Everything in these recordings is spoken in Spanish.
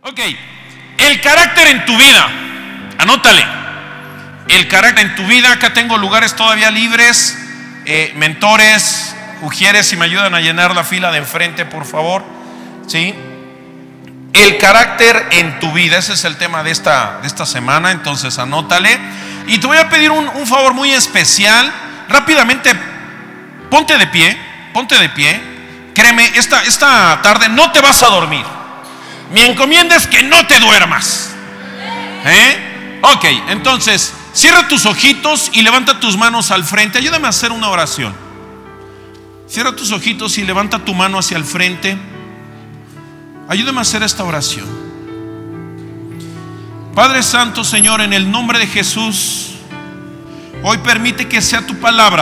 Ok, el carácter en tu vida, anótale. El carácter en tu vida, acá tengo lugares todavía libres, mentores, ujieres, si me ayudan a llenar la fila de enfrente, por favor. ¿Sí? El carácter en tu vida, ese es el tema de esta semana, entonces anótale. Y te voy a pedir un favor muy especial. Rápidamente, ponte de pie. Créeme, esta tarde no te vas a dormir. Mi encomienda es que no te duermas. Ok, entonces cierra tus ojitos y levanta tus manos al frente. Ayúdame a hacer una oración. Cierra tus ojitos y levanta tu mano hacia el frente. Ayúdame a hacer esta oración. Padre Santo, Señor, en el nombre de Jesús, hoy permite que sea tu palabra,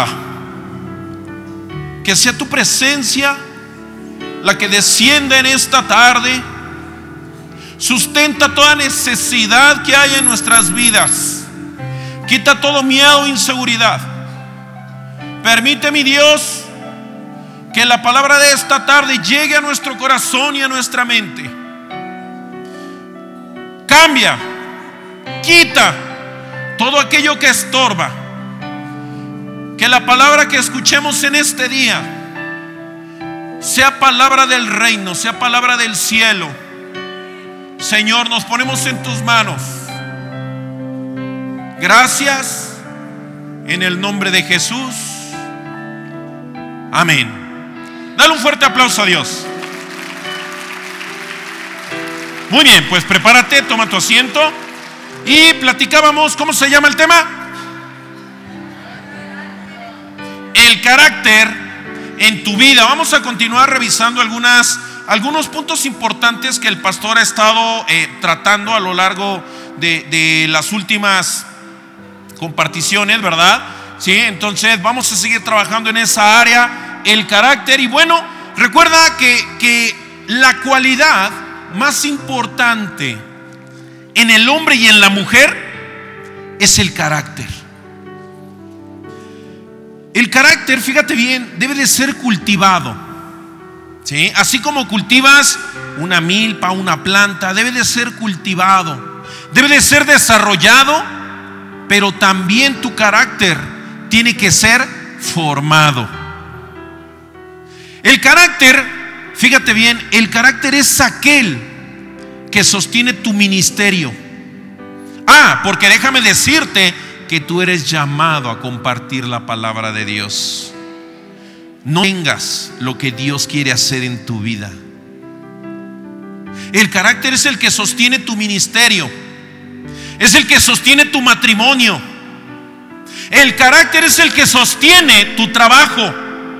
que sea tu presencia la que descienda en esta tarde. Sustenta toda necesidad que haya en nuestras vidas. Quita todo miedo e inseguridad. Permite, mi Dios, que la palabra de esta tarde llegue a nuestro corazón y a nuestra mente. Cambia, quita todo aquello que estorba. Que la palabra que escuchemos en este día sea palabra del reino, sea palabra del cielo. Señor, nos ponemos en tus manos. Gracias en el nombre de Jesús. Amén. Dale un fuerte aplauso a Dios. Muy bien, pues prepárate, toma tu asiento. Y platicábamos, ¿cómo se llama el tema? El carácter en tu vida. Vamos a continuar revisando algunos puntos importantes que el pastor ha estado tratando a lo largo de las últimas comparticiones, ¿verdad? Sí, entonces vamos a seguir trabajando en esa área, el carácter. Y bueno, recuerda que la cualidad más importante en el hombre y en la mujer es el carácter. El carácter, fíjate bien, debe de ser cultivado. ¿Sí? Así como cultivas una milpa, una planta, debe de ser cultivado, debe de ser desarrollado, pero también tu carácter tiene que ser formado. El carácter, fíjate bien, el carácter es aquel que sostiene tu ministerio. Porque déjame decirte que tú eres llamado a compartir la palabra de Dios. No tengas lo que Dios quiere hacer en tu vida. El carácter es el que sostiene tu ministerio, es el que sostiene tu matrimonio. El carácter es el que sostiene tu trabajo.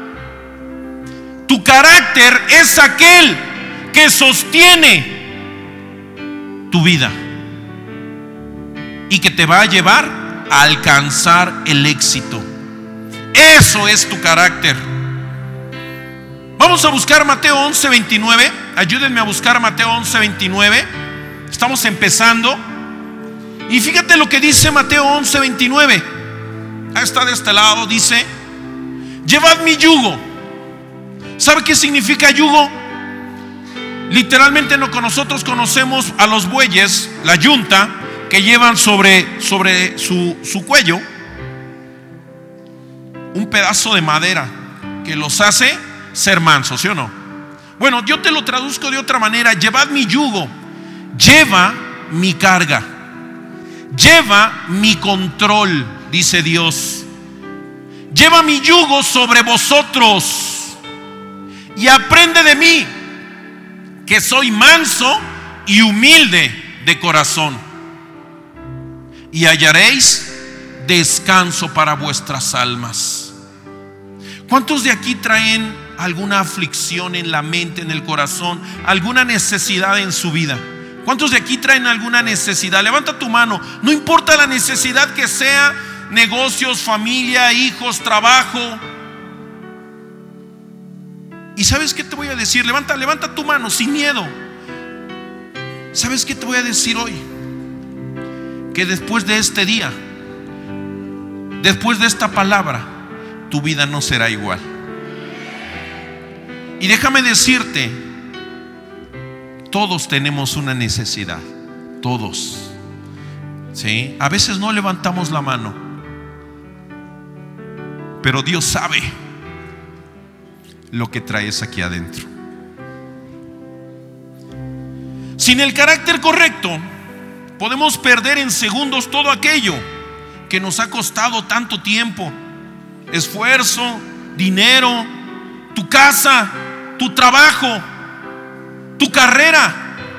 Tu carácter es aquel que sostiene tu vida y que te va a llevar a alcanzar el éxito. Eso es tu carácter. Vamos a buscar Mateo 11:29. Ayúdenme a buscar Mateo 11:29. Estamos empezando. Y fíjate lo que dice Mateo 11:29. Está de este lado, dice: llevad mi yugo. ¿Sabe qué significa yugo? Literalmente nosotros conocemos a los bueyes, la yunta, que llevan sobre su cuello un pedazo de madera que los hace ser mansos, ¿sí o no? Bueno, yo te lo traduzco de otra manera: llevad mi yugo, lleva mi carga, lleva mi control, dice Dios. Lleva mi yugo sobre vosotros y aprende de mí, que soy manso y humilde de corazón, y hallaréis descanso para vuestras almas. ¿Cuántos de aquí traen alguna aflicción en la mente, en el corazón, alguna necesidad en su vida? ¿Cuántos de aquí traen alguna necesidad? Levanta tu mano. No importa la necesidad que sea: negocios, familia, hijos, trabajo. ¿Y sabes qué te voy a decir? Levanta tu mano sin miedo. ¿Sabes qué te voy a decir hoy? Que después de este día, después de esta palabra, tu vida no será igual. Y déjame decirte, todos tenemos una necesidad, todos, ¿sí? A veces no levantamos la mano, pero Dios sabe lo que traes aquí adentro. Sin el carácter correcto, podemos perder en segundos todo aquello que nos ha costado tanto tiempo, esfuerzo, dinero, tu casa, tu trabajo, tu carrera.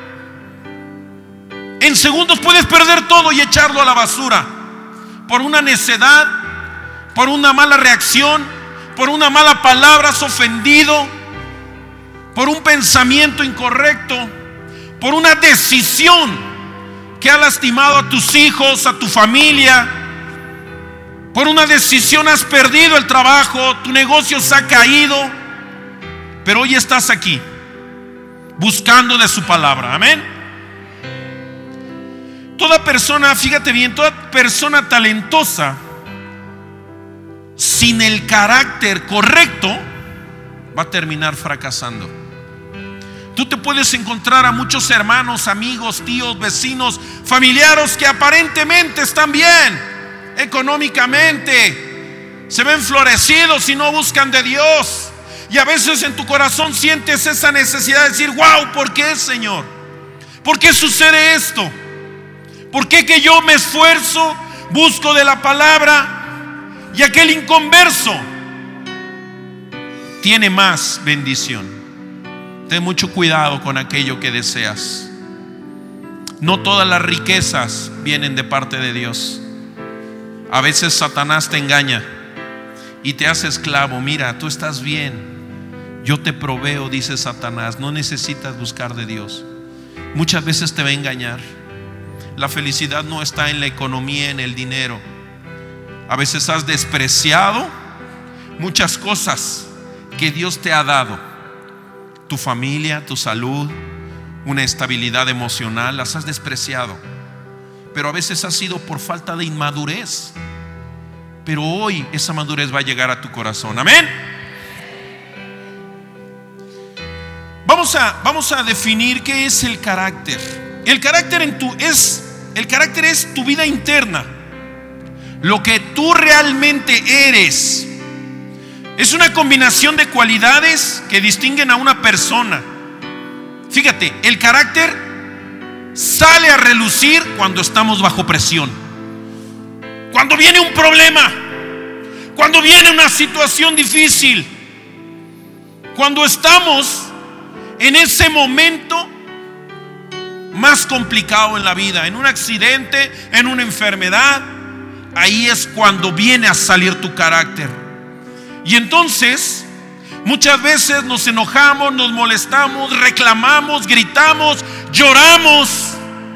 En segundos puedes perder todo y echarlo a la basura por una necedad, por una mala reacción, por una mala palabra, has ofendido, por un pensamiento incorrecto, por una decisión que ha lastimado a tus hijos, a tu familia. Por una decisión has perdido el trabajo, tu negocio se ha caído, pero hoy estás aquí buscando de su palabra. Amén. Toda persona, fíjate bien, toda persona talentosa sin el carácter correcto va a terminar fracasando. Tú te puedes encontrar a muchos hermanos, amigos, tíos, vecinos, familiares que aparentemente están bien económicamente, se ven florecidos y no buscan de Dios. Y a veces en tu corazón sientes esa necesidad de decir: wow, ¿por qué, Señor? ¿Por qué sucede esto? ¿Por qué que yo me esfuerzo, busco de la palabra y aquel inconverso tiene más bendición? Ten mucho cuidado con aquello que deseas. No todas las riquezas vienen de parte de Dios. A veces Satanás te engaña y te hace esclavo. Mira, tú estás bien, yo te proveo, dice Satanás, no necesitas buscar de Dios. Muchas veces te va a engañar. La felicidad no está en la economía, en el dinero. A veces has despreciado muchas cosas que Dios te ha dado. Tu familia, tu salud, una estabilidad emocional, las has despreciado. Pero a veces ha sido por falta de inmadurez. Pero hoy esa madurez va a llegar a tu corazón. Amén. Vamos a definir qué es el carácter. El carácter es tu vida interna, lo que tú realmente eres. Es una combinación de cualidades que distinguen a una persona. Fíjate, el carácter sale a relucir cuando estamos bajo presión, cuando viene un problema, cuando viene una situación difícil, cuando estamos en ese momento más complicado en la vida, en un accidente, en una enfermedad. Ahí es cuando viene a salir tu carácter. Y entonces muchas veces nos enojamos, nos molestamos, reclamamos, gritamos, lloramos,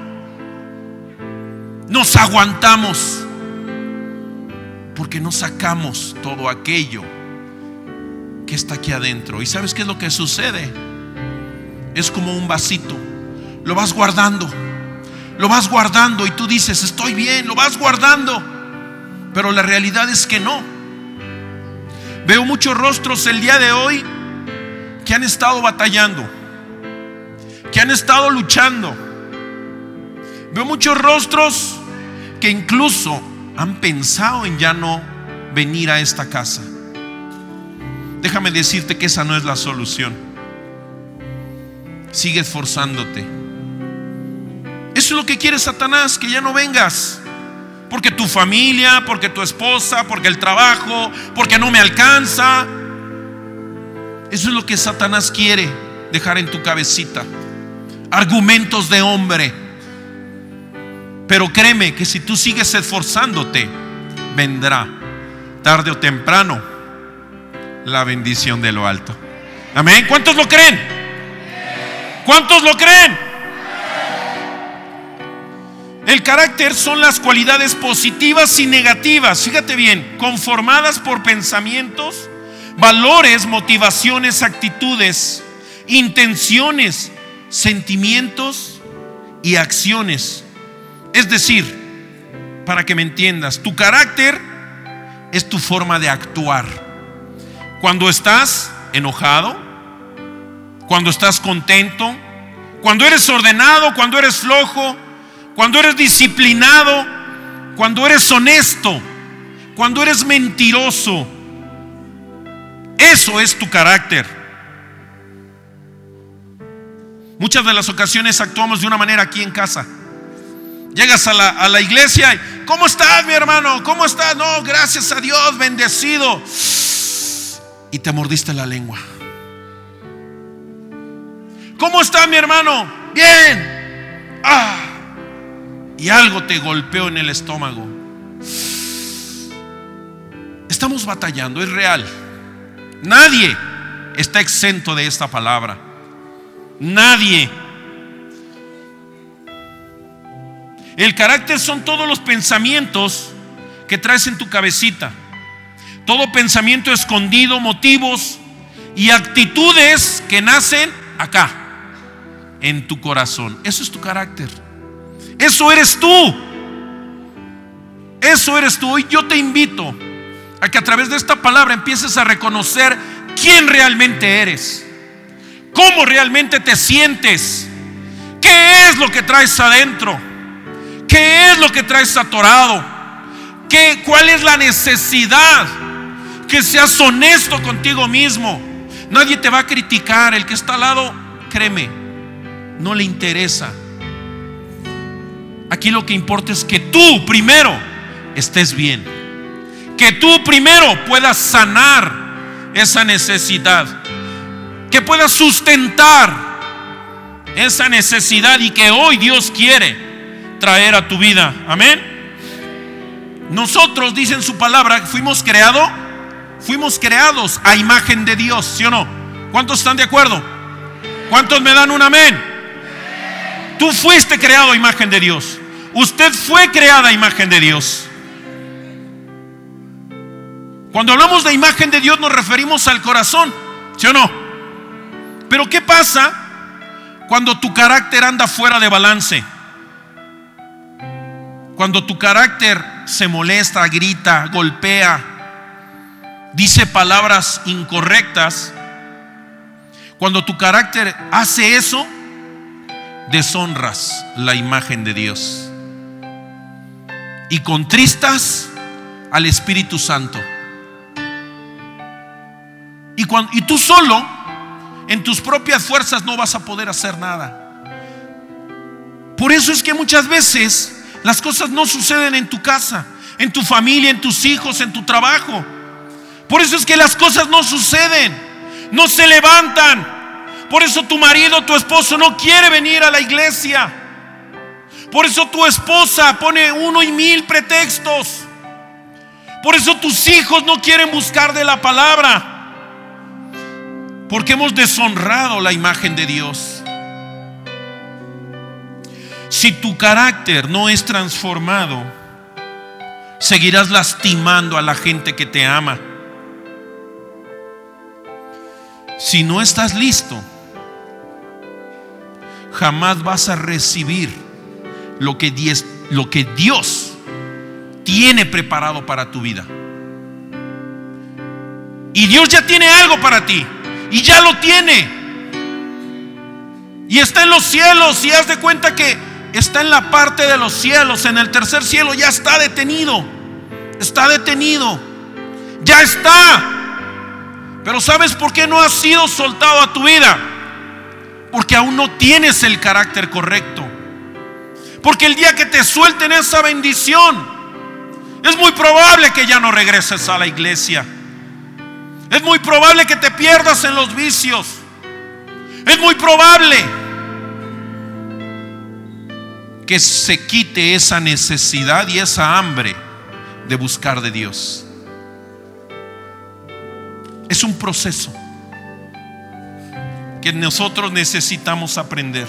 nos aguantamos, porque no sacamos todo aquello que está aquí adentro. ¿Y sabes qué es lo que sucede? Es como un vasito, lo vas guardando y tú dices: estoy bien, lo vas guardando, pero la realidad es que no. Veo muchos rostros el día de hoy que han estado batallando, que han estado luchando. Veo muchos rostros que incluso han pensado en ya no venir a esta casa. Déjame decirte que esa no es la solución. Sigue esforzándote. Eso es lo que quiere Satanás, que ya no vengas. Porque tu familia, porque tu esposa, porque el trabajo, porque no me alcanza. Eso es lo que Satanás quiere dejar en tu cabecita. Argumentos de hombre. Pero créeme que si tú sigues esforzándote, vendrá tarde o temprano la bendición de lo alto. Amén. ¿Cuántos lo creen? ¿Cuántos lo creen? El carácter son las cualidades positivas y negativas, fíjate bien, conformadas por pensamientos, valores, motivaciones, actitudes, intenciones, sentimientos y acciones. Es decir, para que me entiendas, tu carácter es tu forma de actuar. Cuando estás enojado, cuando estás contento, Cuando eres ordenado, cuando eres flojo, cuando eres disciplinado, cuando eres honesto, cuando eres mentiroso. Eso es tu carácter. Muchas de las ocasiones actuamos de una manera aquí en casa. Llegas a la iglesia y, ¿cómo estás, mi hermano? ¿Cómo estás? No, gracias a Dios, bendecido. Y te mordiste la lengua. ¿Cómo está, mi hermano? Bien. Y algo te golpeó en el estómago. Estamos batallando, es real. Nadie está exento de esta palabra. Nadie. El carácter son todos los pensamientos que traes en tu cabecita. Todo pensamiento escondido, motivos y actitudes que nacen acá, en tu corazón. Eso es tu carácter. Eso eres tú. Eso eres tú. Y yo te invito a que a través de esta palabra empieces a reconocer quién realmente eres, cómo realmente te sientes, qué es lo que traes adentro, qué es lo que traes atorado, cuál es la necesidad. Que seas honesto contigo mismo. Nadie te va a criticar. El que está al lado, créeme, no le interesa. Aquí lo que importa es que tú primero estés bien, que tú primero puedas sanar esa necesidad, que puedas sustentar esa necesidad y que hoy Dios quiere traer a tu vida. Amén. Nosotros, dice en su palabra, fuimos creados a imagen de Dios, ¿sí o no? ¿Cuántos están de acuerdo? ¿Cuántos me dan un amén? Tú fuiste creado a imagen de Dios. Usted fue creada a imagen de Dios. Cuando hablamos de imagen de Dios nos referimos al corazón, ¿sí o no? Pero ¿qué pasa cuando tu carácter anda fuera de balance? Cuando tu carácter se molesta, grita, golpea, dice palabras incorrectas. Cuando tu carácter hace eso, deshonras la imagen de Dios y contristas al Espíritu Santo. Y tú solo, en tus propias fuerzas, no vas a poder hacer nada. Por eso es que muchas veces las cosas no suceden en tu casa, en tu familia, en tus hijos, en tu trabajo. Por eso es que las cosas no suceden, no se levantan. Por eso tu marido, tu esposo no quiere venir a la iglesia. Por eso tu esposa pone 1 y 1000 pretextos. Por eso tus hijos no quieren buscar de la palabra, porque hemos deshonrado la imagen de Dios. Si tu carácter no es transformado, seguirás lastimando a la gente que te ama. Si no estás listo, jamás vas a recibir lo que Dios tiene preparado para tu vida. Y Dios ya tiene algo para ti, y ya lo tiene, y está en los cielos. Y haz de cuenta que está en la parte de los cielos, en el tercer cielo. Ya está detenido, ya está. Pero ¿sabes por qué no ha sido soltado a tu vida? Porque aún no tienes el carácter correcto. Porque el día que te suelten esa bendición, es muy probable que ya no regreses a la iglesia. Es muy probable que te pierdas en los vicios. Es muy probable que se quite esa necesidad y esa hambre de buscar de Dios. Es un proceso que nosotros necesitamos aprender.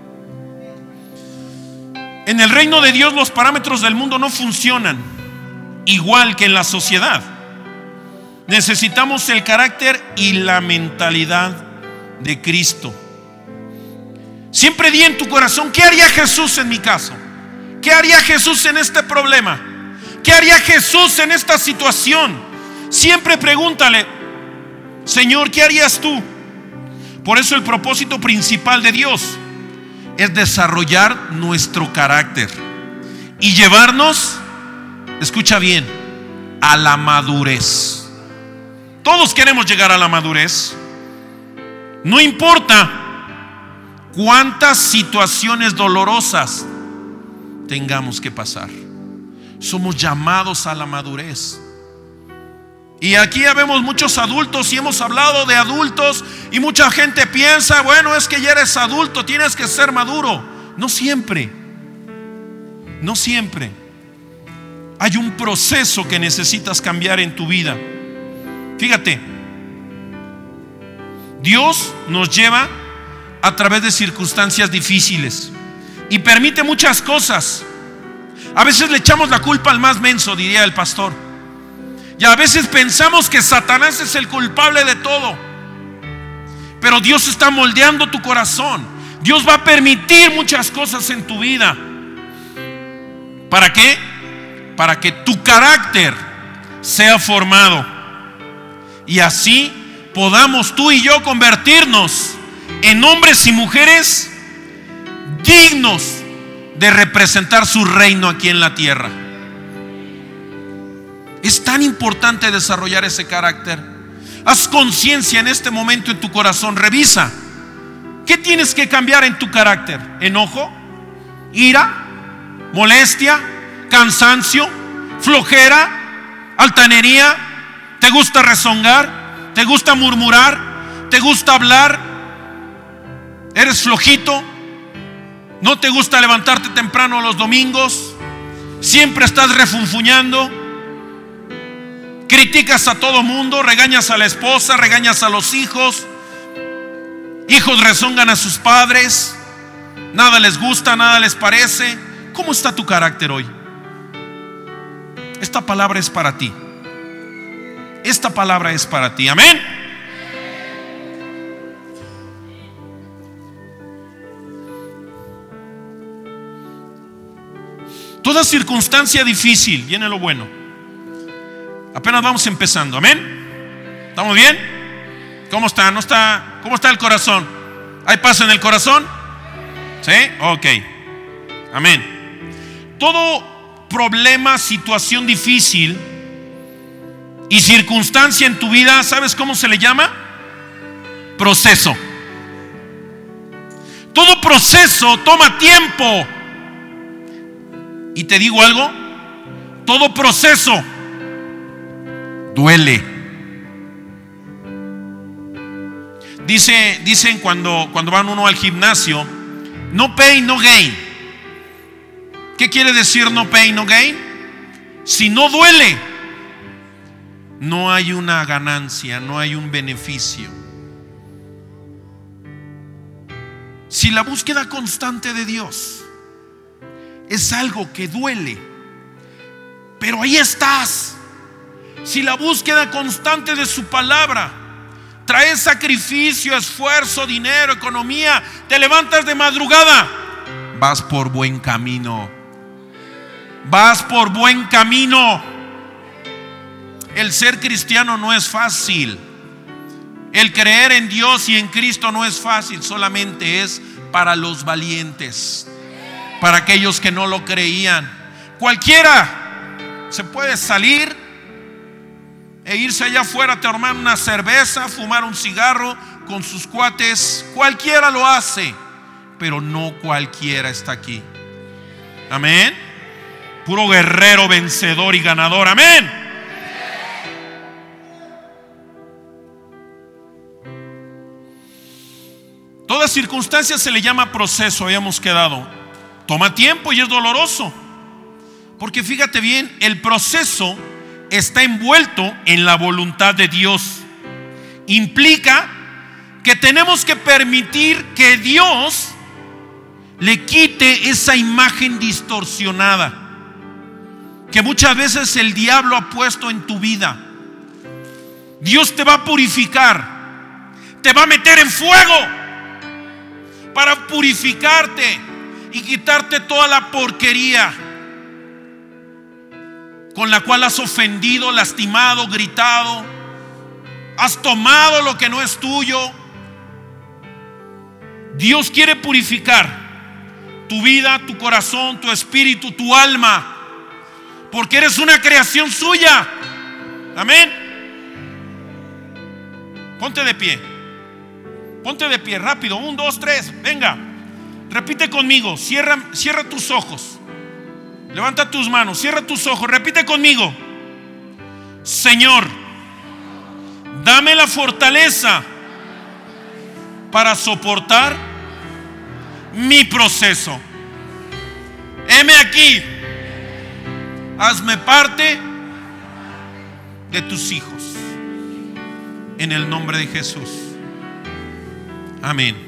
En el reino de Dios los parámetros del mundo no funcionan igual que en la sociedad. Necesitamos el carácter y la mentalidad de Cristo. Siempre di en tu corazón: ¿qué haría Jesús en mi caso? ¿Qué haría Jesús en este problema? ¿Qué haría Jesús en esta situación? Siempre pregúntale: Señor, ¿qué harías tú? Por eso el propósito principal de Dios es desarrollar nuestro carácter y llevarnos, escucha bien, a la madurez. Todos queremos llegar a la madurez. No importa cuántas situaciones dolorosas tengamos que pasar, somos llamados a la madurez. Y aquí ya vemos muchos adultos y hemos hablado de adultos y mucha gente piensa, bueno, es que ya eres adulto, tienes que ser maduro. No siempre. No siempre. Hay un proceso que necesitas cambiar en tu vida. Fíjate, Dios nos lleva a través de circunstancias difíciles y permite muchas cosas. A veces le echamos la culpa al más menso, diría el pastor. Y a veces pensamos que Satanás es el culpable de todo. Pero Dios está moldeando tu corazón. Dios va a permitir muchas cosas en tu vida. ¿Para qué? Para que tu carácter sea formado y así podamos tú y yo convertirnos en hombres y mujeres dignos de representar su reino aquí en la tierra. Es tan importante desarrollar ese carácter. Haz conciencia en este momento en tu corazón. Revisa. ¿Qué tienes que cambiar en tu carácter? ¿Enojo? ¿Ira? ¿Molestia? ¿Cansancio? ¿Flojera? ¿Altanería? ¿Te gusta rezongar? ¿Te gusta murmurar? ¿Te gusta hablar? ¿Eres flojito? ¿No te gusta levantarte temprano los domingos? ¿Siempre estás refunfuñando? Criticas a todo mundo, regañas a la esposa, regañas a los hijos. Hijos rezongan a sus padres, nada les gusta, nada les parece. ¿Cómo está tu carácter hoy? Esta palabra es para ti. Esta palabra es para ti. Amén. Toda circunstancia difícil, viene lo bueno. Apenas vamos empezando, amén. ¿Estamos bien? ¿Cómo está? ¿No está? ¿Cómo está el corazón? ¿Hay paz en el corazón? ¿Sí? Ok. Amén. Todo problema, situación difícil y circunstancia en tu vida, ¿sabes cómo se le llama? Proceso. Todo proceso toma tiempo. Y te digo algo, todo proceso duele. Dicen cuando van uno al gimnasio, no pain, no gain. ¿Qué quiere decir no pain, no gain? Si no duele, no hay una ganancia, no hay un beneficio. Si la búsqueda constante de Dios es algo que duele, pero ahí estás. Si la búsqueda constante de su palabra trae sacrificio, esfuerzo, dinero, economía, te levantas de madrugada, vas por buen camino. Vas por buen camino. El ser cristiano no es fácil. El creer en Dios y en Cristo no es fácil, solamente es para los valientes, para aquellos que no lo creían. Cualquiera se puede salir e irse allá afuera a tomar una cerveza, fumar un cigarro con sus cuates. Cualquiera lo hace, pero no cualquiera está aquí. Amén. Puro guerrero, vencedor y ganador. Amén. Toda circunstancia se le llama proceso, habíamos quedado. Toma tiempo y es doloroso. Porque fíjate bien, el proceso está envuelto en la voluntad de Dios. Implica que tenemos que permitir que Dios le quite esa imagen distorsionada que muchas veces el diablo ha puesto en tu vida. Dios te va a purificar, te va a meter en fuego para purificarte y quitarte toda la porquería con la cual has ofendido, lastimado, gritado, has tomado lo que no es tuyo. Dios quiere purificar. tu vida, tu corazón, tu espíritu, tu alma, porque eres una creación suya. Amén. Ponte de pie. Ponte de pie, rápido. 1, 2, 3, venga. Repite conmigo. Cierra tus ojos. Levanta tus manos, cierra tus ojos. Repite conmigo. Señor, dame la fortaleza para soportar mi proceso. Heme aquí. Hazme parte de tus hijos. En el nombre de Jesús. Amén.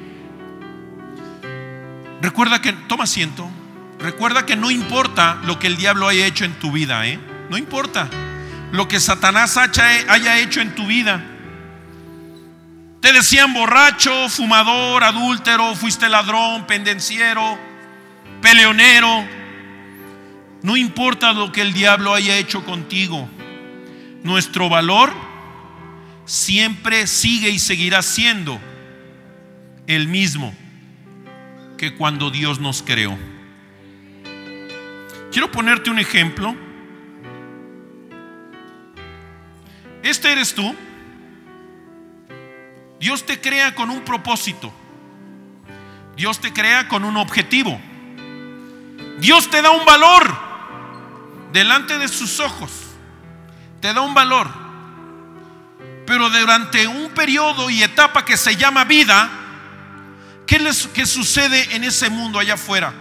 Recuerda que, toma asiento. Recuerda que no importa lo que el diablo haya hecho en tu vida, no importa lo que Satanás haya hecho en tu vida. Te decían borracho, fumador, adúltero, fuiste ladrón, pendenciero, peleonero. No importa lo que el diablo haya hecho contigo. Nuestro valor siempre sigue y seguirá siendo el mismo que cuando Dios nos creó. Quiero ponerte un ejemplo. Este eres tú. Dios te crea con un propósito. Dios te crea con un objetivo. Dios te da un valor delante de sus ojos. Te da un valor. Pero durante un periodo y etapa que se llama vida, ¿qué sucede en ese mundo allá afuera?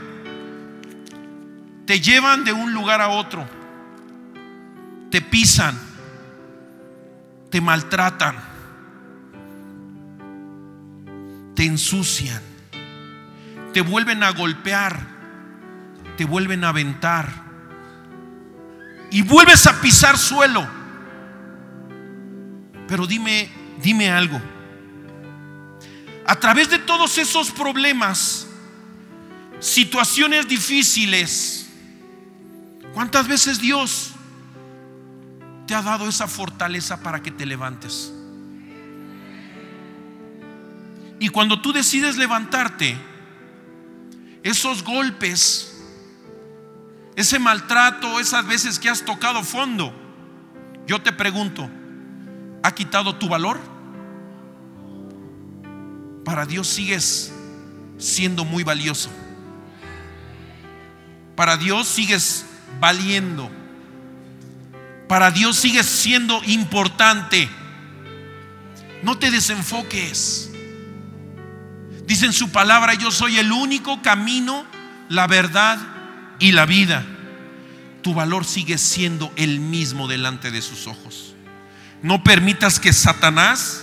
Te llevan de un lugar a otro. Te pisan. Te maltratan. Te ensucian. Te vuelven a golpear. Te vuelven a aventar. Y vuelves a pisar suelo. Pero dime algo. A través de todos esos problemas, situaciones difíciles, ¿cuántas veces Dios te ha dado esa fortaleza para que te levantes? Y cuando tú decides levantarte, esos golpes, ese maltrato, esas veces que has tocado fondo, yo te pregunto, ¿ha quitado tu valor? Para Dios sigues siendo muy valioso. Para Dios sigues valiendo. Para Dios sigues siendo importante. No te desenfoques. Dice en su palabra: yo soy el único camino, la verdad y la vida. Tu valor sigue siendo el mismo delante de sus ojos. No permitas que Satanás,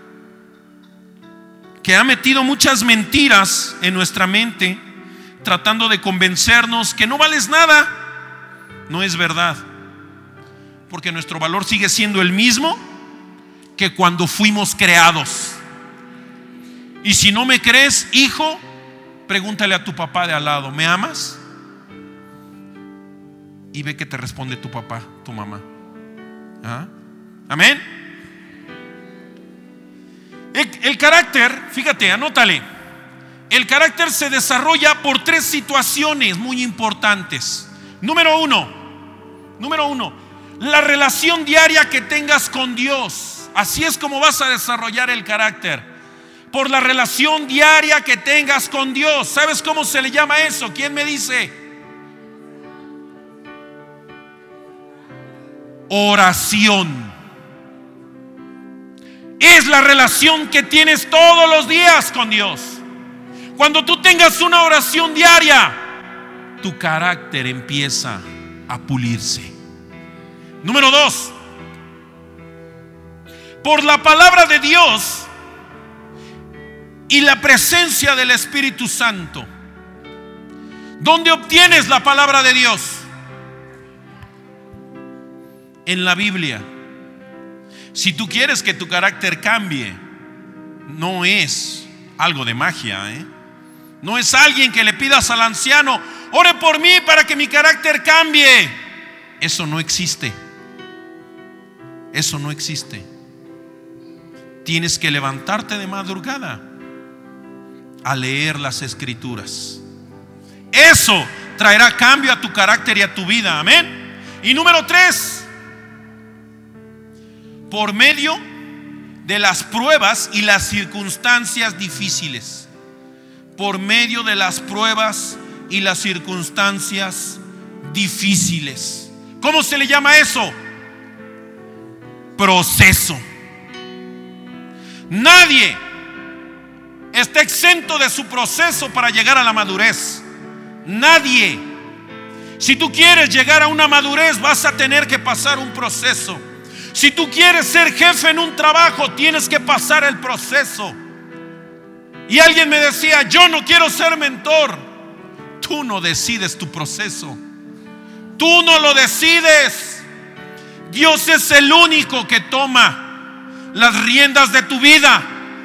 que ha metido muchas mentiras en nuestra mente, tratando de convencernos que no vales nada, no es verdad. Porque nuestro valor sigue siendo el mismo que cuando fuimos creados. Y si no me crees, hijo, pregúntale a tu papá de al lado: ¿me amas? Y ve que te responde tu papá, tu mamá. ¿Ah? Amén. El carácter, fíjate, anótale. El carácter se desarrolla por 3 situaciones muy importantes. Número uno, la relación diaria que tengas con Dios. Así es como vas a desarrollar el carácter. Por la relación diaria que tengas con Dios. ¿Sabes cómo se le llama eso? ¿Quién me dice? Oración. Es la relación que tienes todos los días con Dios. Cuando tú tengas una oración diaria, tu carácter empieza a pulirse. Número 2, por la palabra de Dios y la presencia del Espíritu Santo. ¿Dónde obtienes la palabra de Dios? En la Biblia. Si tú quieres que tu carácter cambie, no es algo de magia, No es alguien que le pidas al anciano: ore por mí para que mi carácter cambie. Eso no existe. Eso no existe. Tienes que levantarte de madrugada a leer las Escrituras. Eso traerá cambio a tu carácter y a tu vida. Amén. Y número 3, por medio de las pruebas y las circunstancias difíciles. Por medio de las pruebas y las circunstancias difíciles. ¿Cómo se le llama eso? Proceso. Nadie está exento de su proceso para llegar a la madurez. Nadie. Si tú quieres llegar a una madurez, vas a tener que pasar un proceso. Si tú quieres ser jefe en un trabajo, tienes que pasar el proceso. Y alguien me decía: yo no quiero ser mentor. Tú no decides tu proceso. Tú no lo decides. Dios es el único que toma las riendas de tu vida.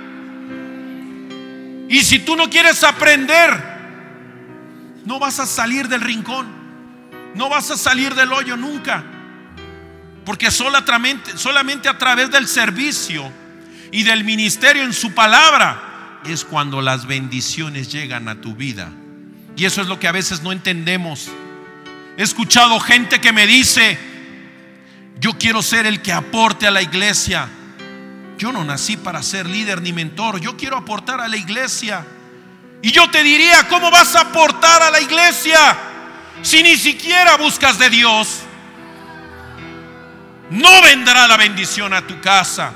Y si tú no quieres aprender, no vas a salir del rincón, no vas a salir del hoyo nunca. Porque solamente a través del servicio y del ministerio en su palabra es cuando las bendiciones llegan a tu vida. Y eso es lo que a veces no entendemos. He escuchado gente que me dice: yo quiero ser el que aporte a la iglesia. Yo no nací para ser líder ni mentor. Yo quiero aportar a la iglesia. Y yo te diría: ¿cómo vas a aportar a la iglesia si ni siquiera buscas de Dios? No vendrá la bendición a tu casa.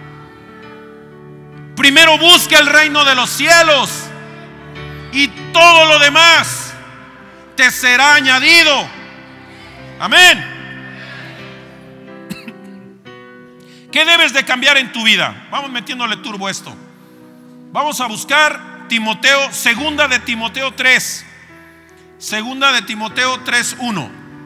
Primero busca el reino de los cielos y todo lo demás te será añadido. Amén. ¿Qué debes de cambiar en tu vida? Vamos metiéndole turbo a esto. Vamos a buscar Timoteo, segunda de Timoteo 3. Segunda de Timoteo 3:1.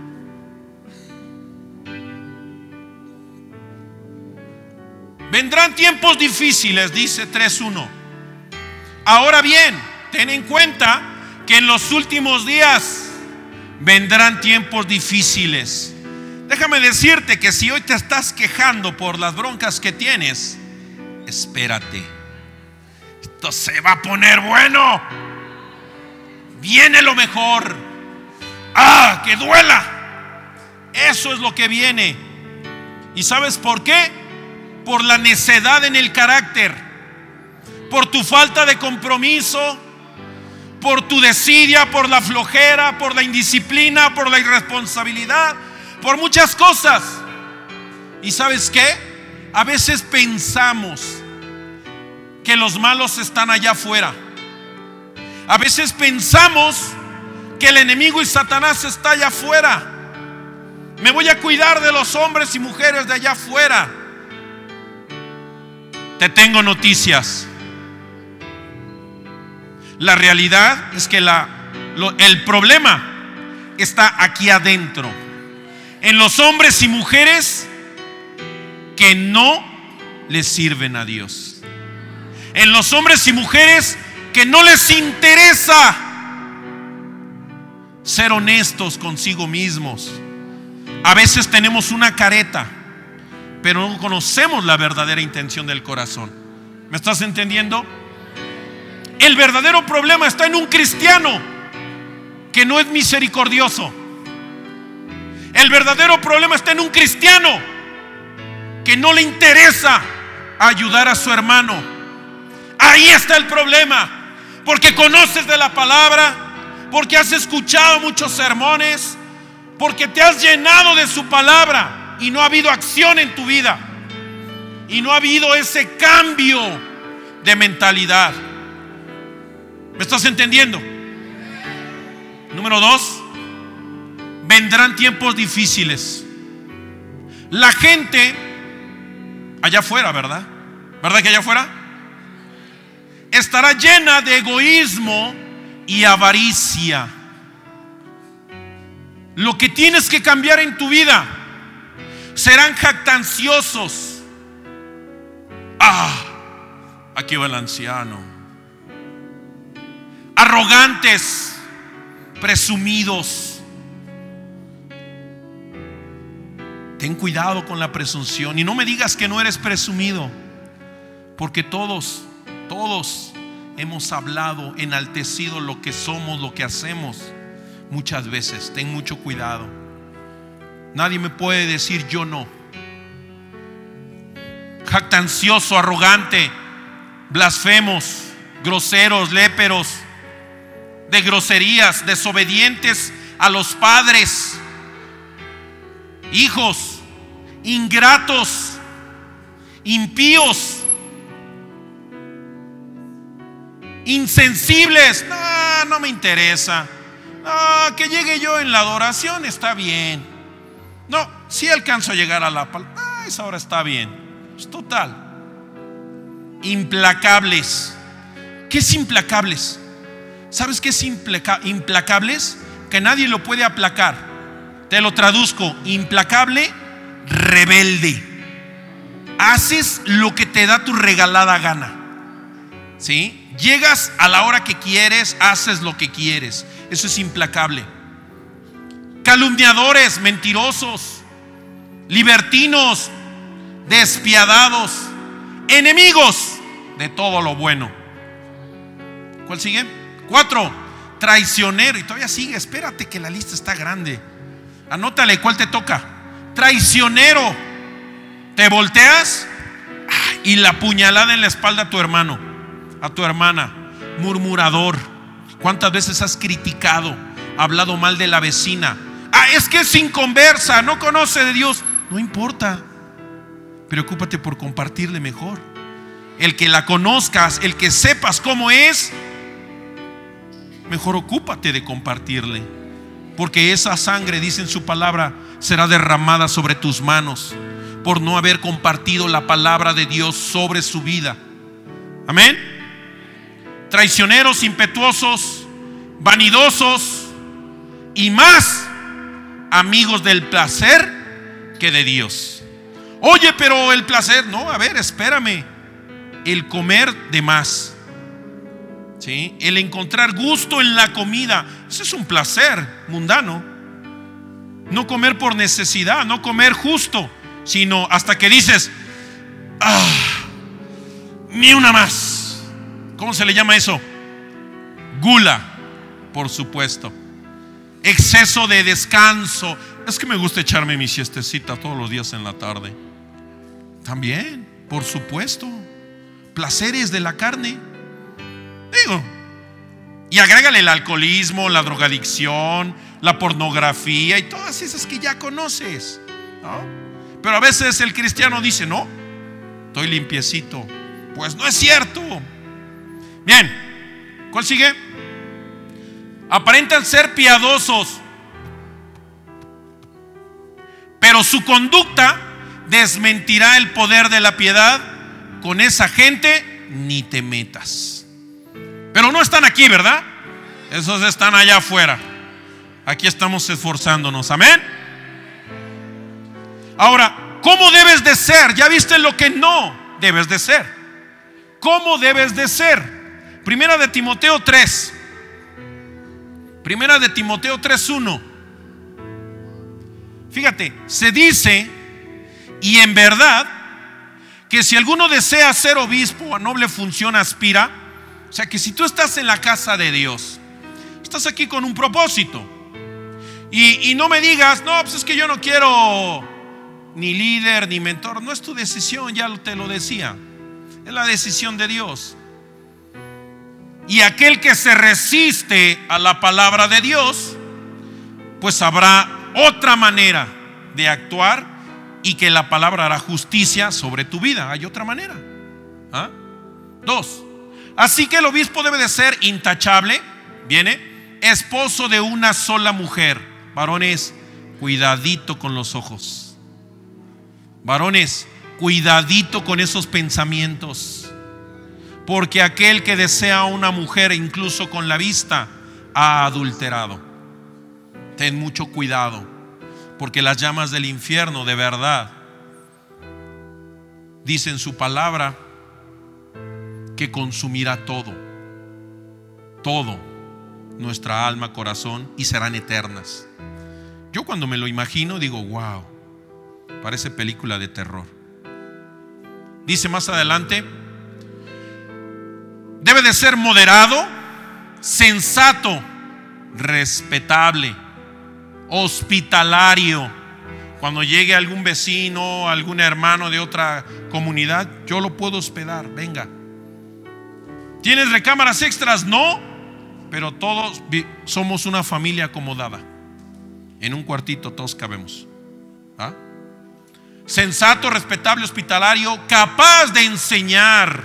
Vendrán tiempos difíciles, dice 3:1. Ahora bien, ten en cuenta que en los últimos días vendrán tiempos difíciles. Déjame decirte que si hoy te estás quejando por las broncas que tienes, espérate. Esto se va a poner bueno. Viene lo mejor. Que duela. Eso es lo que viene. ¿Y sabes por qué? Por la necedad en el carácter, por tu falta de compromiso, por tu desidia, por la flojera, por la indisciplina, por la irresponsabilidad, por muchas cosas. ¿Y sabes qué? A veces pensamos que los malos están allá afuera. A veces pensamos que el enemigo y Satanás está allá afuera. Me voy a cuidar de los hombres y mujeres de allá afuera. Te tengo noticias. La realidad es que el problema está aquí adentro, en los hombres y mujeres que no le sirven a Dios, en los hombres y mujeres que no les interesa ser honestos consigo mismos. A veces tenemos una careta, pero no conocemos la verdadera intención del corazón. ¿Me estás entendiendo? El verdadero problema está en un cristiano que no es misericordioso. El verdadero problema está en un cristiano que no le interesa ayudar a su hermano. Ahí está el problema. Porque conoces de la palabra, porque has escuchado muchos sermones, porque te has llenado de su palabra, y no ha habido acción en tu vida, y no ha habido ese cambio de mentalidad. ¿Me estás entendiendo? Número 2, vendrán tiempos difíciles. La gente allá afuera, ¿verdad que allá afuera estará llena de egoísmo y avaricia? Lo que tienes que cambiar en tu vida: serán jactanciosos. Aquí va el anciano. Arrogantes, presumidos. Ten cuidado con la presunción. Y no me digas que no eres presumido, porque todos hemos hablado, enaltecido lo que somos, lo que hacemos. muchas veces. Ten mucho cuidado. Nadie me puede decir yo no. Jactancioso, arrogante, blasfemos, groseros, léperos, de groserías, desobedientes a los padres, hijos, ingratos, impíos, insensibles. No me interesa. No, que llegue yo en la adoración está bien. No, si alcanzo a llegar a la palabra, esa hora está bien. Es total. Implacables. ¿Qué es implacables? ¿Sabes qué es implacables? Que nadie lo puede aplacar. Te lo traduzco: implacable, rebelde. Haces lo que te da tu regalada gana. ¿Sí? Llegas a la hora que quieres, haces lo que quieres. Eso es implacable. Calumniadores, mentirosos, libertinos, despiadados, enemigos de todo lo bueno. ¿Cuál sigue? 4, traicionero. Y todavía sigue, espérate que la lista está grande. Anótale cuál te toca. Traicionero. Te volteas y la puñalada en la espalda a tu hermano, a tu hermana. Murmurador. ¿Cuántas veces has criticado, hablado mal de la vecina? Es que es inconversa, no conoce de Dios. No importa, preocúpate por compartirle mejor. El que la conozcas, el que sepas cómo es, mejor ocúpate de compartirle, porque esa sangre, dice en su palabra, será derramada sobre tus manos por no haber compartido la palabra de Dios sobre su vida. Amén. Traicioneros, impetuosos, vanidosos y más amigos del placer que de Dios. Oye, pero el placer, no, a ver, espérame. El comer de más, ¿sí? El encontrar gusto en la comida, eso es un placer mundano. No comer por necesidad, no comer justo, sino hasta que dices, ni una más. ¿Cómo se le llama eso? Gula, por supuesto. Exceso de descanso. Es que me gusta echarme mi siestecita todos los días en la tarde. También, por supuesto. Placeres de la carne. Digo, y agrégale el alcoholismo, la drogadicción, la pornografía y todas esas que ya conoces, ¿no? Pero a veces el cristiano dice, no, estoy limpiecito. Pues no es cierto. Bien, ¿cuál sigue? Aparentan ser piadosos, pero su conducta desmentirá el poder de la piedad. Con esa gente ni te metas. Pero no están aquí, ¿verdad? Esos están allá afuera. Aquí estamos esforzándonos, amén. Ahora, ¿cómo debes de ser? Ya viste lo que no debes de ser. ¿Cómo debes de ser? Primera de Timoteo 3. Primera de Timoteo 3:1. Fíjate, se dice, y en verdad, que si alguno desea ser obispo o a noble función aspira. O sea que si tú estás en la casa de Dios, estás aquí con un propósito. Y no me digas, no, pues es que yo no quiero ni líder ni mentor. No es tu decisión, ya te lo decía. Es la decisión de Dios. Y aquel que se resiste a la palabra de Dios, pues habrá otra manera de actuar, y que la palabra hará justicia sobre tu vida. Hay otra manera. 2. Así que el obispo debe de ser intachable. Viene, esposo de una sola mujer. Varones, cuidadito con los ojos. Varones, cuidadito con esos pensamientos, porque aquel que desea a una mujer, incluso con la vista, ha adulterado. Ten mucho cuidado, porque las llamas del infierno, de verdad, dice en su palabra que consumirá todo, nuestra alma, corazón, y serán eternas. Yo cuando me lo imagino digo, wow, parece película de terror. Dice más adelante, debe de ser moderado, sensato, respetable, hospitalario. Cuando llegue algún vecino, algún hermano de otra comunidad, yo lo puedo hospedar, venga. ¿Tienes recámaras extras? No, pero todos somos una familia acomodada. En un cuartito todos cabemos. ¿Ah? Sensato, respetable, hospitalario, capaz de enseñar.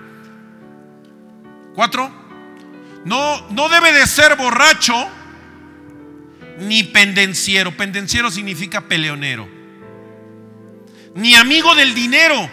4. No debe de ser borracho ni pendenciero. Pendenciero significa peleonero. Ni amigo del dinero,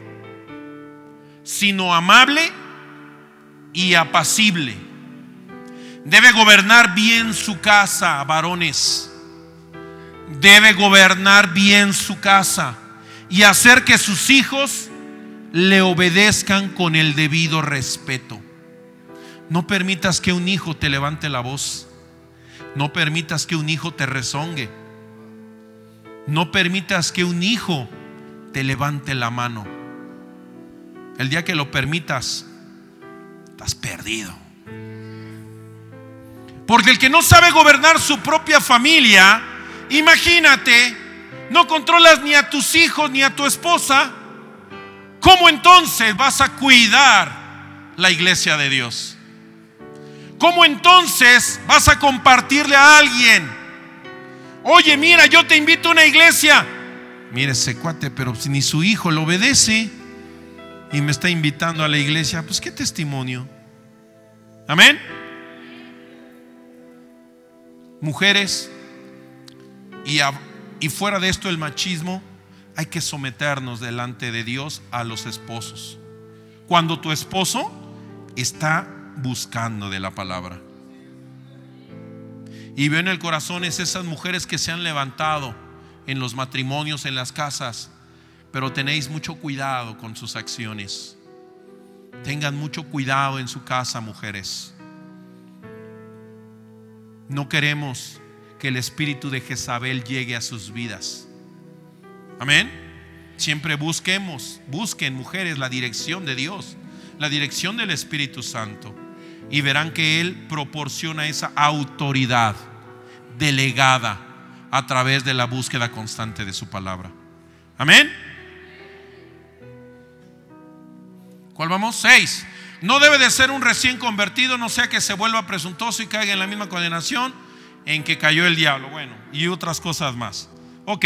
sino amable y apacible. Debe gobernar bien su casa, varones. Debe gobernar bien su casa y hacer que sus hijos le obedezcan con el debido respeto. No permitas que un hijo te levante la voz. No permitas que un hijo te rezongue. No permitas que un hijo te levante la mano. El día que lo permitas, estás perdido. Porque el que no sabe gobernar su propia familia, imagínate, no controlas ni a tus hijos ni a tu esposa, ¿cómo entonces vas a cuidar la iglesia de Dios? ¿Cómo entonces vas a compartirle a alguien? Oye, mira, yo te invito a una iglesia. Mire ese cuate, pero si ni su hijo lo obedece y me está invitando a la iglesia, pues qué testimonio. Amén. Mujeres, y fuera de esto el machismo, hay que someternos delante de Dios a los esposos. Cuando tu esposo está buscando de la palabra. Y veo en el corazón esas mujeres que se han levantado en los matrimonios, en las casas, pero tenéis mucho cuidado con sus acciones. Tengan mucho cuidado en su casa, mujeres. No queremos que el espíritu de Jezabel llegue a sus vidas. Amén. Siempre busquen, mujeres, la dirección de Dios, la dirección del Espíritu Santo, y verán que Él proporciona esa autoridad delegada a través de la búsqueda constante de su palabra. Amén. ¿Cuál vamos? 6. No debe de ser un recién convertido, no sea que se vuelva presuntuoso y caiga en la misma condenación en que cayó el diablo. Bueno, y otras cosas más. Ok.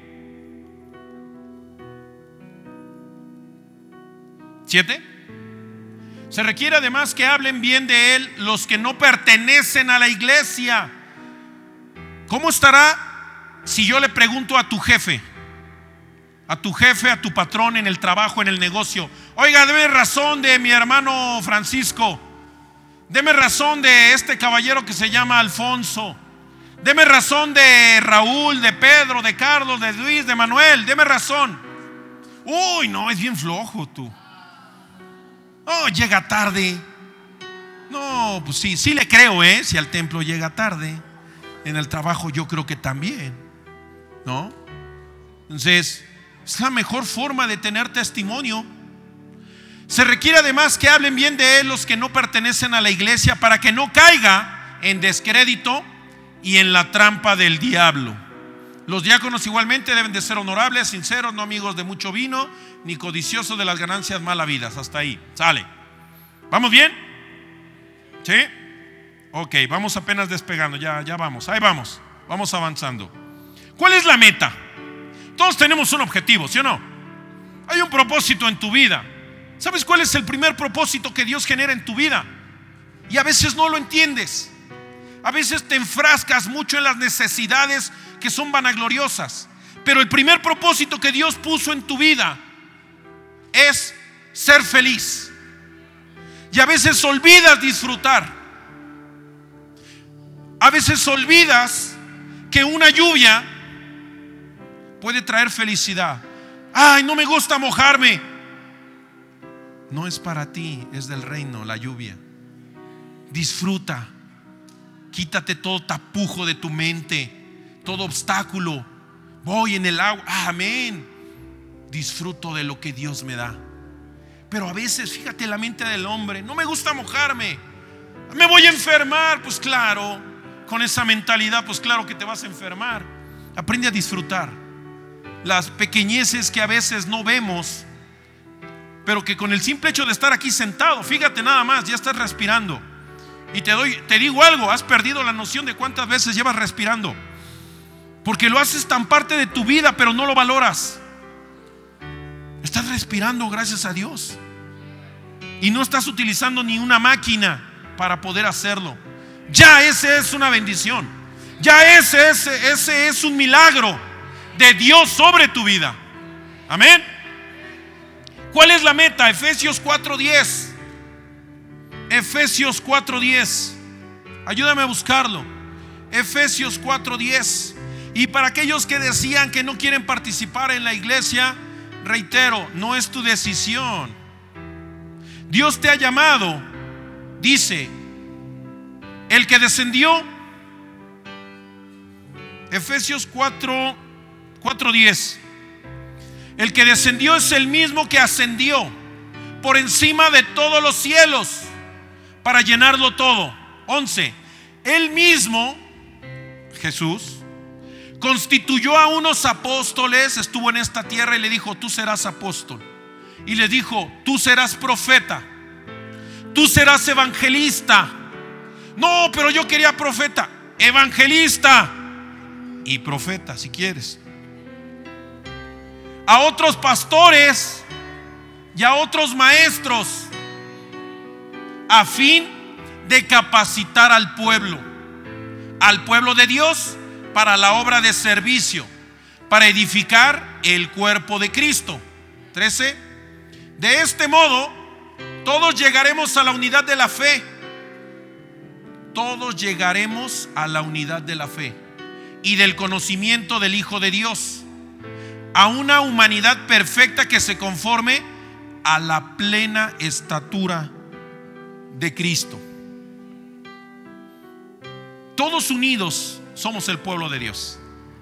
7. Se requiere además que hablen bien de él los que no pertenecen a la iglesia. ¿Cómo estará si yo le pregunto a tu jefe, a tu patrón en el trabajo, en el negocio: oiga, deme razón de mi hermano Francisco, deme razón de este caballero que se llama Alfonso, deme razón de Raúl, de Pedro, de Carlos, de Luis, de Manuel, deme razón? Uy, no, es bien flojo tú. Oh, llega tarde. No, pues sí le creo, si al templo llega tarde. En el trabajo yo creo que también, ¿no? Entonces, es la mejor forma de tener testimonio. Se requiere además que hablen bien de él los que no pertenecen a la iglesia, para que no caiga en descrédito y en la trampa del diablo. Los diáconos igualmente deben de ser honorables, sinceros, no amigos de mucho vino, ni codiciosos de las ganancias mal habidas. Hasta ahí, sale. ¿Vamos bien? ¿Sí? Ok, vamos apenas despegando, ya vamos, ahí vamos avanzando. ¿Cuál es la meta? Todos tenemos un objetivo, ¿sí o no? Hay un propósito en tu vida. ¿Sabes cuál es el primer propósito que Dios genera en tu vida? Y a veces no lo entiendes. A veces te enfrascas mucho en las necesidades que son vanagloriosas. Pero el primer propósito que Dios puso en tu vida es ser feliz. Y a veces olvidas disfrutar. A veces olvidas que una lluvia puede traer felicidad. Ay, no me gusta mojarme. No es para ti, es del reino la lluvia. Disfruta. Quítate todo tapujo de tu mente, todo obstáculo. Voy en el agua, amén. Disfruto de lo que Dios me da. Pero a veces, fíjate la mente del hombre: no me gusta mojarme, me voy a enfermar. Pues claro, con esa mentalidad, pues claro que te vas a enfermar. Aprende a disfrutar las pequeñeces que a veces no vemos, pero que con el simple hecho de estar aquí sentado, fíjate nada más, ya estás respirando. Y te digo algo, has perdido la noción de cuántas veces llevas respirando, porque lo haces tan parte de tu vida, pero no lo valoras. Estás respirando, gracias a Dios, y no estás utilizando ni una máquina para poder hacerlo. Ya ese es una bendición. Ya ese es un milagro de Dios sobre tu vida. Amén. ¿Cuál es la meta? Efesios 4:10. Efesios 4:10. Ayúdame a buscarlo. Efesios 4:10. Y para aquellos que decían que no quieren participar en la iglesia, reitero, no es tu decisión. Dios te ha llamado. Dice, el que descendió, Efesios 4:10. El que descendió es el mismo que ascendió por encima de todos los cielos para llenarlo todo. 11. Él mismo, Jesús, constituyó a unos apóstoles, estuvo en esta tierra y le dijo, tú serás apóstol. Y le dijo, tú serás profeta, tú serás evangelista. No, pero yo quería profeta, evangelista y profeta si quieres. A otros pastores y a otros maestros, a fin de capacitar al pueblo de Dios para la obra de servicio, para edificar el cuerpo de Cristo. 13. De este modo, todos llegaremos a la unidad de la fe. Todos llegaremos a la unidad de la fe y del conocimiento del Hijo de Dios, a una humanidad perfecta que se conforme a la plena estatura de Cristo. Todos unidos somos el pueblo de Dios.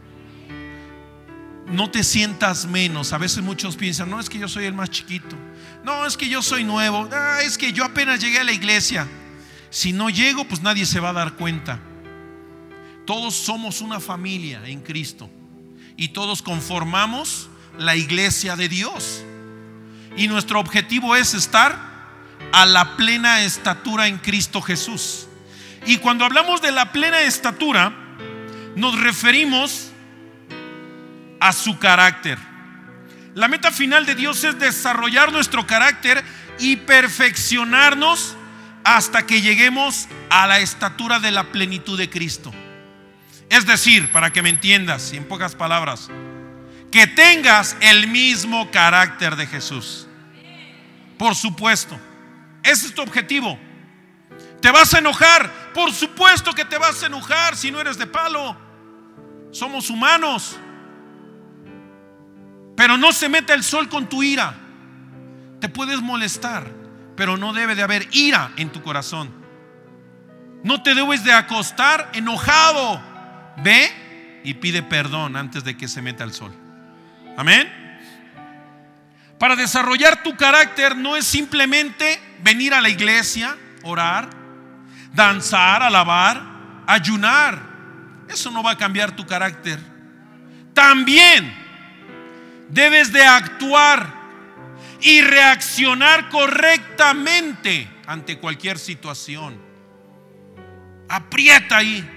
No te sientas menos. A veces muchos piensan, no, es que yo soy el más chiquito, no, es que yo soy nuevo, es que yo apenas llegué a la iglesia. Si no llego, pues nadie se va a dar cuenta. Todos somos una familia en Cristo y todos conformamos la iglesia de Dios, y nuestro objetivo es estar a la plena estatura en Cristo Jesús. Y cuando hablamos de la plena estatura, nos referimos a su carácter. La meta final de Dios es desarrollar nuestro carácter y perfeccionarnos hasta que lleguemos a la estatura de la plenitud de Cristo. Es decir, para que me entiendas, y en pocas palabras, que tengas el mismo carácter de Jesús. Por supuesto, ese es tu objetivo. ¿Te vas a enojar? Por supuesto que te vas a enojar si no eres de palo. Somos humanos. Pero no se meta el sol con tu ira. Te puedes molestar, pero no debe de haber ira en tu corazón. No te debes de acostar enojado. Ve y pide perdón antes de que se meta el sol. Amén. Para desarrollar tu carácter no es simplemente venir a la iglesia, orar, danzar, alabar, ayunar. Eso no va a cambiar tu carácter. También debes de actuar y reaccionar correctamente ante cualquier situación. Aprieta ahí.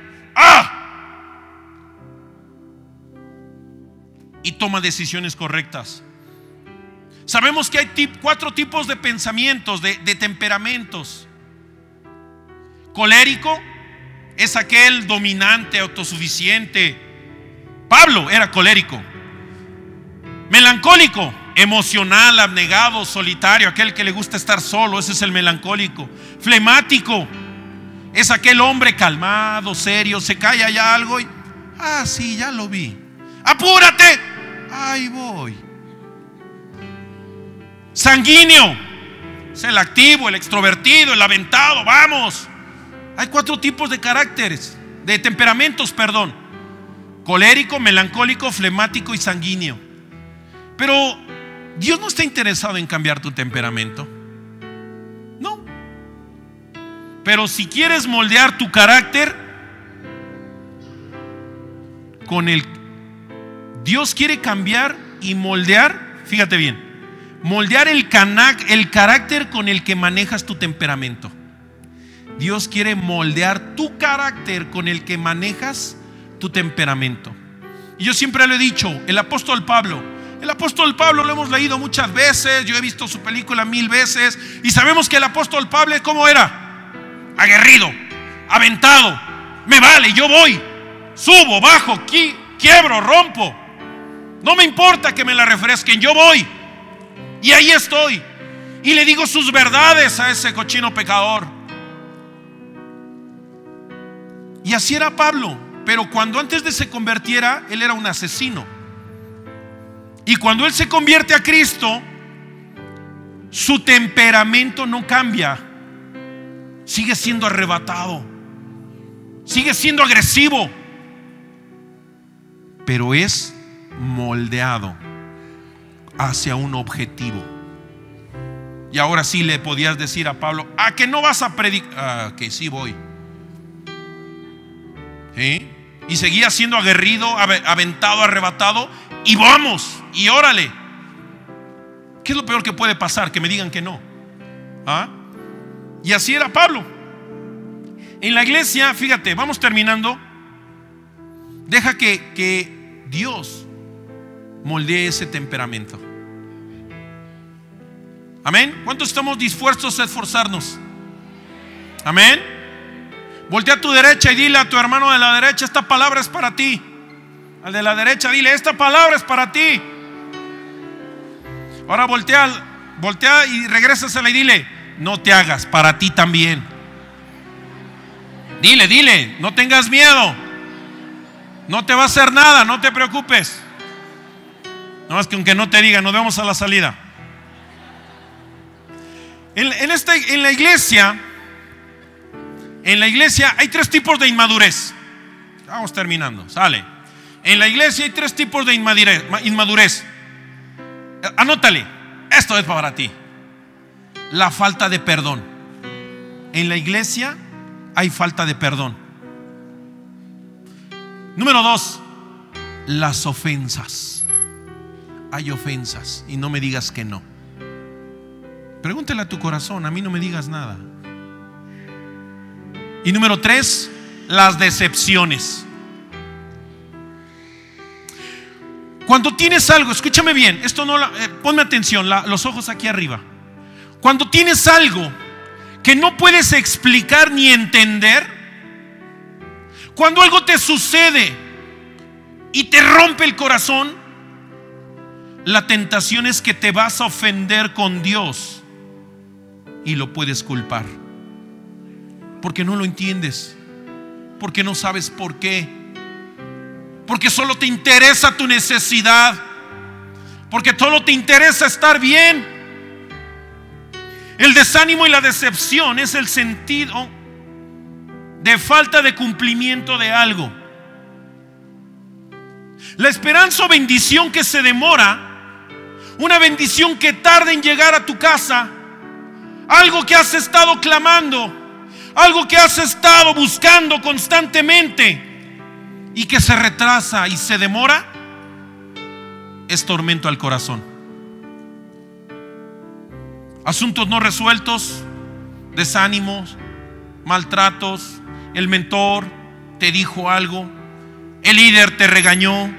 Y toma decisiones correctas. Sabemos que hay 4 tipos de pensamientos, de temperamentos. Colérico es aquel dominante, autosuficiente. Pablo era colérico. Melancólico, emocional, abnegado, solitario, aquel que le gusta estar solo, ese es el melancólico. Flemático es aquel hombre calmado, serio, se calla ya algo y sí, ya lo vi. Apúrate, ahí voy. Sanguíneo es el activo, el extrovertido, el aventado, vamos. Hay 4 tipos de caracteres, de temperamentos, perdón: colérico, melancólico, flemático y sanguíneo. Pero Dios no está interesado en cambiar tu temperamento, no. Pero si quieres moldear tu carácter, Dios quiere cambiar y moldear, fíjate bien, moldear el carácter con el que manejas tu temperamento. Dios quiere moldear tu carácter con el que manejas tu temperamento. Y yo siempre lo he dicho, el apóstol Pablo lo hemos leído muchas veces, yo he visto su película 1000 veces, y sabemos que el apóstol Pablo, ¿cómo era? Aguerrido, aventado, me vale, yo voy, subo, bajo, quiebro, rompo, no me importa que me la refresquen, yo voy, y ahí estoy, y le digo sus verdades a ese cochino pecador. Y así era Pablo, pero cuando antes de se convirtiera, él era un asesino. Y cuando él se convierte a Cristo, su temperamento no cambia, sigue siendo arrebatado, sigue siendo agresivo, pero es moldeado hacia un objetivo. Y ahora sí le podías decir a Pablo: ¿a que no vas a predicar? Que sí voy. ¿Sí? Y seguía siendo aguerrido, aventado, arrebatado, y vamos, y órale. ¿Qué es lo peor que puede pasar? Que me digan que no. Y así era Pablo. En la iglesia, fíjate, vamos terminando. Deja que Dios moldee ese temperamento. Amén. ¿Cuántos estamos dispuestos a esforzarnos? Amén. Voltea a tu derecha y dile a tu hermano de la derecha: esta palabra es para ti. Al de la derecha dile: esta palabra es para ti. Ahora voltea y regrésasela y dile: no te hagas, para ti también. Dile, no tengas miedo, no te va a hacer nada, no te preocupes. No más que aunque no te diga, nos vemos a la salida. En la iglesia hay 3 tipos de inmadurez. Vamos terminando, sale. En la iglesia hay 3 tipos de inmadurez. Anótale, esto es para ti. La falta de perdón. En la iglesia hay falta de perdón. Número 2, las ofensas. Hay ofensas, y no me digas que no. Pregúntale a tu corazón, a mí no me digas nada. Y número 3, las decepciones. Cuando tienes algo, escúchame bien, esto no, ponme atención, los ojos aquí arriba. Cuando tienes algo que no puedes explicar ni entender, cuando algo te sucede y te rompe el corazón, la tentación es que te vas a ofender con Dios y lo puedes culpar, porque no lo entiendes, porque no sabes por qué, porque solo te interesa tu necesidad, porque solo te interesa estar bien. El desánimo y la decepción es el sentido de falta de cumplimiento de algo. La esperanza o bendición que se demora, una bendición que tarda en llegar a tu casa, algo que has estado clamando, algo que has estado buscando constantemente y que se retrasa y se demora, es tormento al corazón. Asuntos no resueltos, desánimos, maltratos, el mentor te dijo algo, el líder te regañó,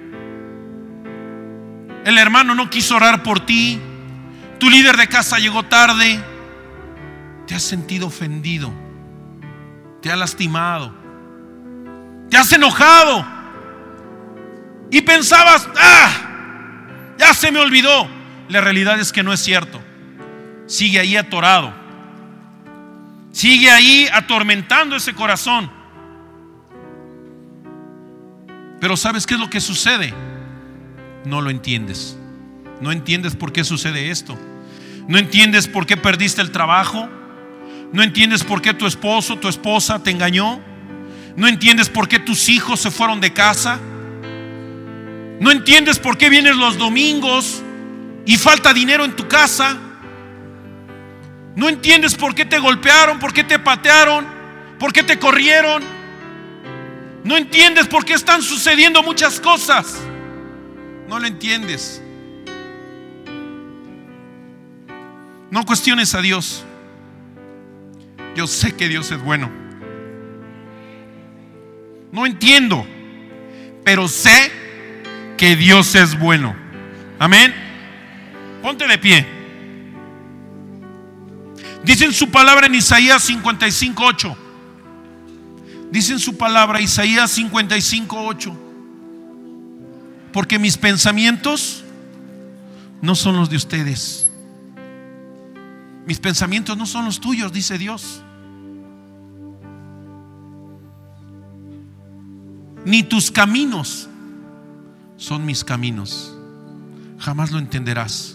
el hermano no quiso orar por ti, tu líder de casa llegó tarde. Te has sentido ofendido, te ha lastimado, te has enojado y pensabas: ya se me olvidó. La realidad es que no es cierto. Sigue ahí atorado, sigue ahí atormentando ese corazón. Pero ¿sabes qué es lo que sucede? No lo entiendes. No entiendes por qué sucede esto. No entiendes por qué perdiste el trabajo. No entiendes por qué tu esposo, tu esposa te engañó. No entiendes por qué tus hijos se fueron de casa. No entiendes por qué vienes los domingos y falta dinero en tu casa. No entiendes por qué te golpearon, por qué te patearon, por qué te corrieron. No entiendes por qué están sucediendo muchas cosas. No lo entiendes. No cuestiones a Dios. Yo sé que Dios es bueno. No entiendo, pero sé que Dios es bueno. Amén. Ponte de pie. Dice en su palabra en Isaías 55:8. Dice en su palabra Isaías 55:8. Porque mis pensamientos no son los de ustedes. Mis pensamientos no son los tuyos, dice Dios. Ni tus caminos son mis caminos. Jamás lo entenderás.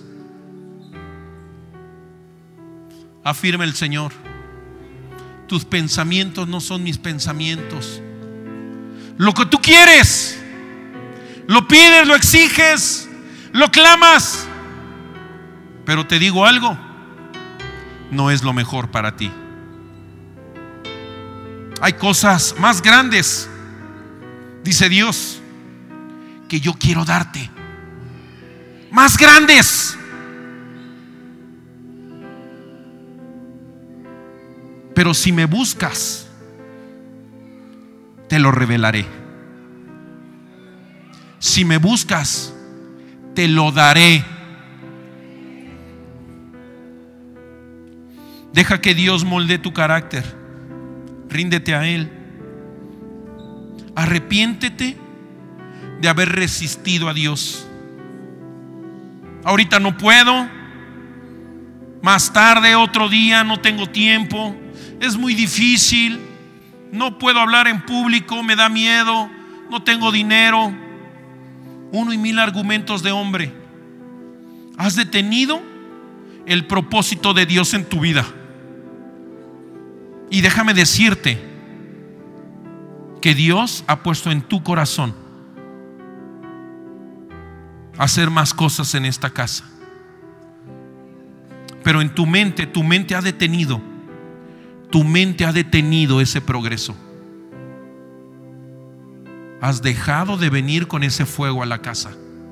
Afirma el Señor: tus pensamientos no son mis pensamientos. Lo que tú quieres, lo pides, lo exiges, lo clamas, pero te digo algo, no es lo mejor para ti. Hay cosas más grandes, dice Dios, que yo quiero darte. Más grandes. Pero si me buscas, te lo revelaré. Si me buscas, te lo daré. Deja que Dios moldee tu carácter. Ríndete a Él. Arrepiéntete de haber resistido a Dios. Ahorita no puedo. Más tarde, otro día, no tengo tiempo. Es muy difícil. No puedo hablar en público, me da miedo. No tengo dinero. 1,000 argumentos de hombre. Has detenido el propósito de Dios en tu vida. Y déjame decirte que Dios ha puesto en tu corazón hacer más cosas en esta casa. Pero en tu mente ha detenido. Tu mente ha detenido ese progreso. Has dejado de venir con ese fuego a la casa.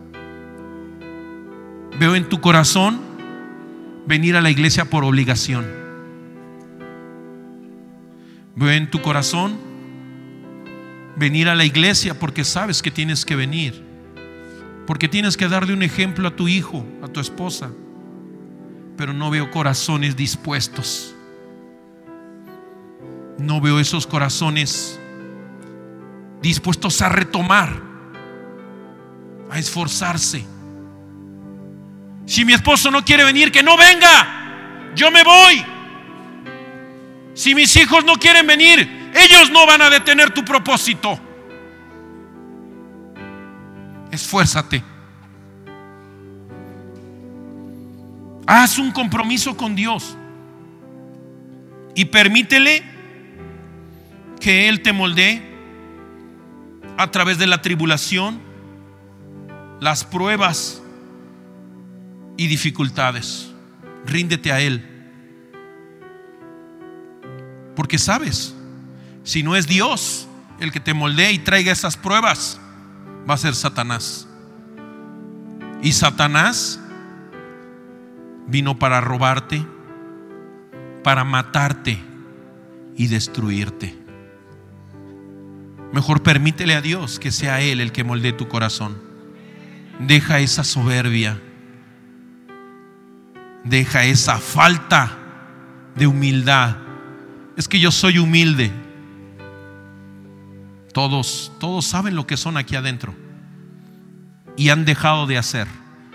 Veo en tu corazón venir a la iglesia por obligación. Veo en tu corazón venir a la iglesia porque sabes que tienes que venir, porque tienes que darle un ejemplo a tu hijo, a tu esposa. Pero no veo corazones dispuestos. No veo esos corazones dispuestos a retomar, a esforzarse. Si mi esposo no quiere venir, que no venga, yo me voy. Si mis hijos no quieren venir, ellos no van a detener tu propósito. Esfuérzate. Haz un compromiso con Dios y permítele que Él te moldee a través de la tribulación, las pruebas y dificultades. Ríndete a Él, porque sabes, si no es Dios el que te moldee y traiga esas pruebas, va a ser Satanás. Y Satanás vino para robarte, para matarte y destruirte. Mejor permítele a Dios que sea Él el que moldee tu corazón. Deja esa soberbia. Deja esa falta de humildad. Es que yo soy humilde. Todos saben lo que son aquí adentro. Y han dejado de hacer.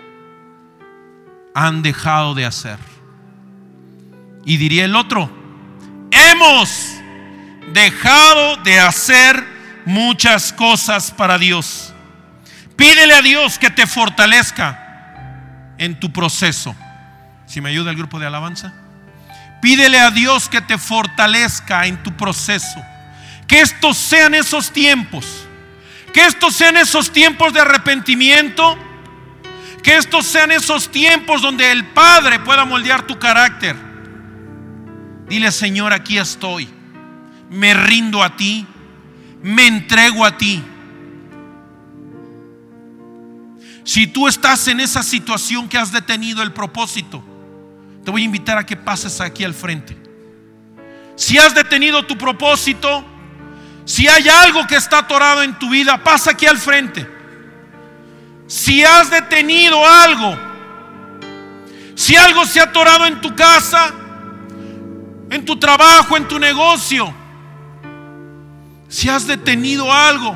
Han dejado de hacer. Y diría el otro: hemos dejado de hacer muchas cosas para Dios. Pídele a Dios que te fortalezca en tu proceso. Si me ayuda el grupo de alabanza. Pídele a Dios que te fortalezca en tu proceso. Que estos sean esos tiempos. Que estos sean esos tiempos de arrepentimiento. Que estos sean esos tiempos donde el Padre pueda moldear tu carácter. Dile: Señor, aquí estoy. Me rindo a ti. me entrego a ti. Si tú estás en esa situación que has detenido el propósito, te voy a invitar a que pases aquí al frente. Si has detenido tu propósito, si hay algo que está atorado en tu vida, pasa aquí al frente. Si has detenido algo, si algo se ha atorado en tu casa, en tu trabajo, en tu negocio, si has detenido algo,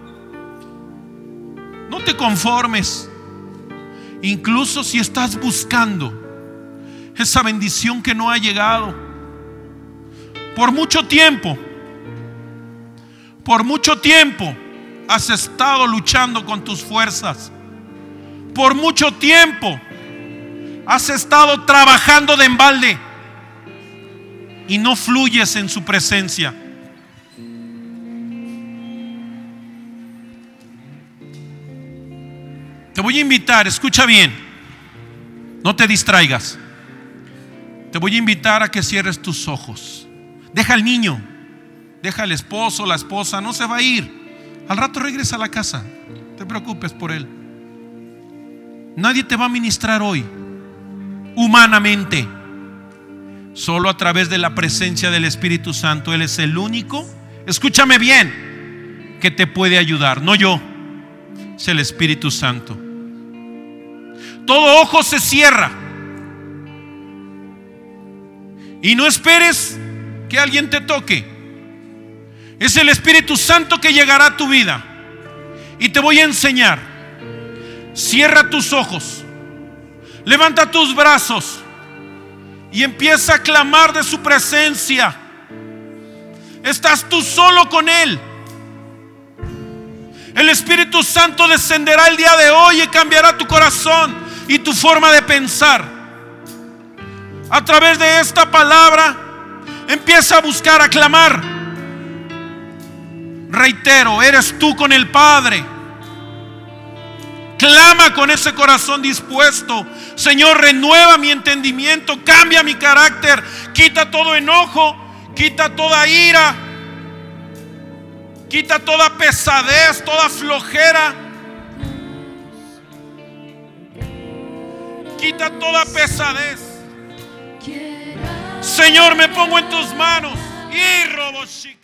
no te conformes. Incluso si estás buscando esa bendición que no ha llegado por mucho tiempo has estado luchando con tus fuerzas. Por mucho tiempo has estado trabajando de embalde y no fluyes en su presencia. Te voy a invitar, escucha bien, no te distraigas. Te voy a invitar a que cierres tus ojos. Deja al niño, deja al esposo, la esposa, no se va a ir. Al rato regresa a la casa, no te preocupes por él. Nadie te va a ministrar hoy, humanamente. Solo a través de la presencia del Espíritu Santo. Él es el único, escúchame bien, que te puede ayudar, no yo. Es el Espíritu Santo. Todo ojo se cierra. Y no esperes que alguien te toque. Es el Espíritu Santo que llegará a tu vida. Y te voy a enseñar. Cierra tus ojos, levanta tus brazos y empieza a clamar de su presencia. Estás tú solo con Él. El Espíritu Santo descenderá el día de hoy y cambiará tu corazón y tu forma de pensar. A través de esta palabra empieza a buscar, a clamar. Reitero, eres tú con el Padre. Clama con ese corazón dispuesto. Señor, renueva mi entendimiento, cambia mi carácter, quita todo enojo, quita toda ira, quita toda pesadez, toda flojera, quita toda pesadez. Señor, me pongo en tus manos. Y robo chico.